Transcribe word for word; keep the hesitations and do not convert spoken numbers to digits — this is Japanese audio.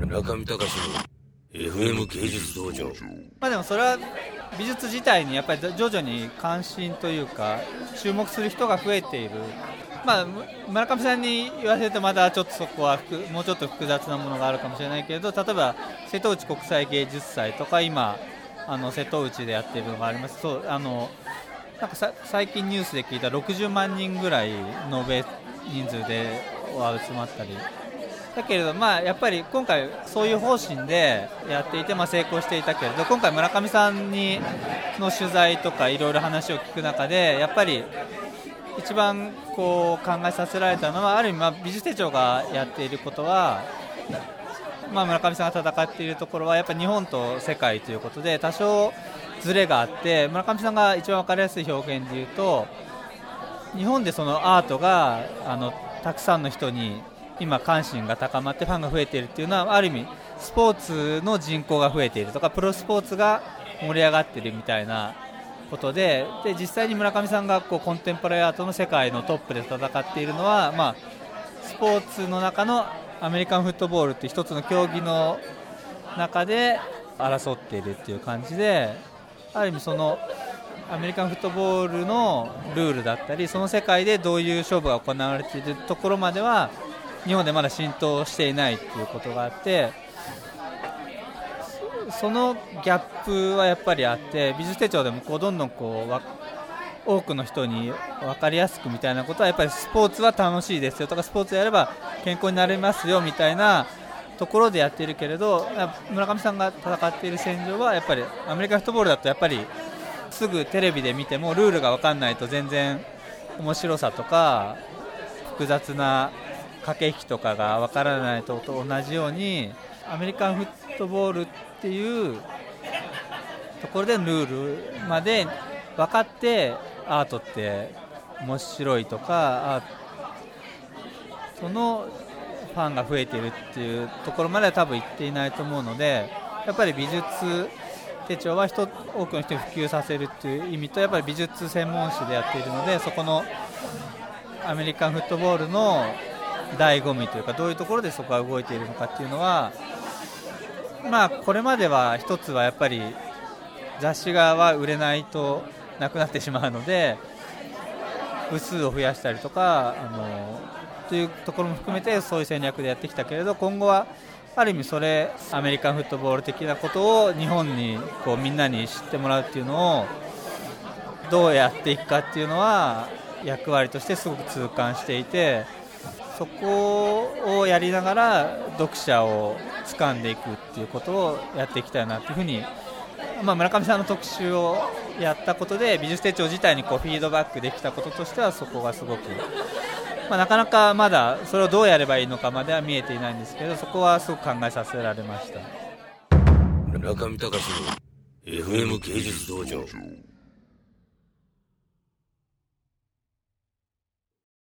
村上隆の エフエム 芸術道場。 まあでもそれは美術自体にやっぱり徐々に関心というか注目する人が増えている。まあ村上さんに言わせるとまだちょっとそこはもうちょっと複雑なものがあるかもしれないけれど、例えば瀬戸内国際芸術祭とか今あの瀬戸内でやっているのがあります。そうあのなんかさ最近ニュースで聞いたろくじゅうまんにんぐらい延べ人数で集まったりだけれど、まあ、やっぱり今回そういう方針でやっていて、まあ、成功していたけれど、今回村上さんにの取材とかいろいろ話を聞く中でやっぱり一番こう考えさせられたのは、ある意味まあ美術手帳がやっていることは、まあ、村上さんが戦っているところはやっぱり日本と世界ということで多少ズレがあって、村上さんが一番分かりやすい表現で言うと、日本でそのアートがあのたくさんの人に今関心が高まってファンが増えているっていうのは、ある意味スポーツの人口が増えているとかプロスポーツが盛り上がっているみたいなことで、で実際に村上さんがこうコンテンポラリーアートの世界のトップで戦っているのは、まあ、スポーツの中のアメリカンフットボールっていう一つの競技の中で争っているっていう感じで、ある意味そのアメリカンフットボールのルールだったりその世界でどういう勝負が行われているところまでは日本でまだ浸透していないということがあって、そのギャップはやっぱりあって、美術手帳でもこうどんどんこう多くの人に分かりやすくみたいなことは、やっぱりスポーツは楽しいですよとかスポーツやれば健康になれますよみたいなところでやっているけれど、村上さんが戦っている戦場はやっぱりアメリカンフットボールだとやっぱりすぐテレビで見てもルールが分かんないと全然面白さとか複雑な駆け引きとかが分からないとと同じように、アメリカンフットボールっていうところでのルールまで分かってアートって面白いとか、そのファンが増えているっていうところまでは多分行っていないと思うので、やっぱり美術手帳は人多くの人に普及させるっていう意味と、やっぱり美術専門誌でやっているので、そこのアメリカンフットボールの醍醐味というか、どういうところでそこが動いているのかっていうのは、まあこれまでは一つはやっぱり雑誌側は売れないとなくなってしまうので部数を増やしたりとかあのというところも含めてそういう戦略でやってきたけれど、今後はある意味それアメリカンフットボール的なことを日本にこうみんなに知ってもらうっていうのをどうやっていくかっていうのは役割としてすごく痛感していて、そこをやりながら読者を掴んでいくっていうことをやっていきたいなというふうに、まあ、村上さんの特集をやったことで美術手帳自体にこうフィードバックできたこととしては、そこがすごく、まあ、なかなかまだそれをどうやればいいのかまでは見えていないんですけど、そこはすごく考えさせられました。 村上隆の エフエム 芸術道場。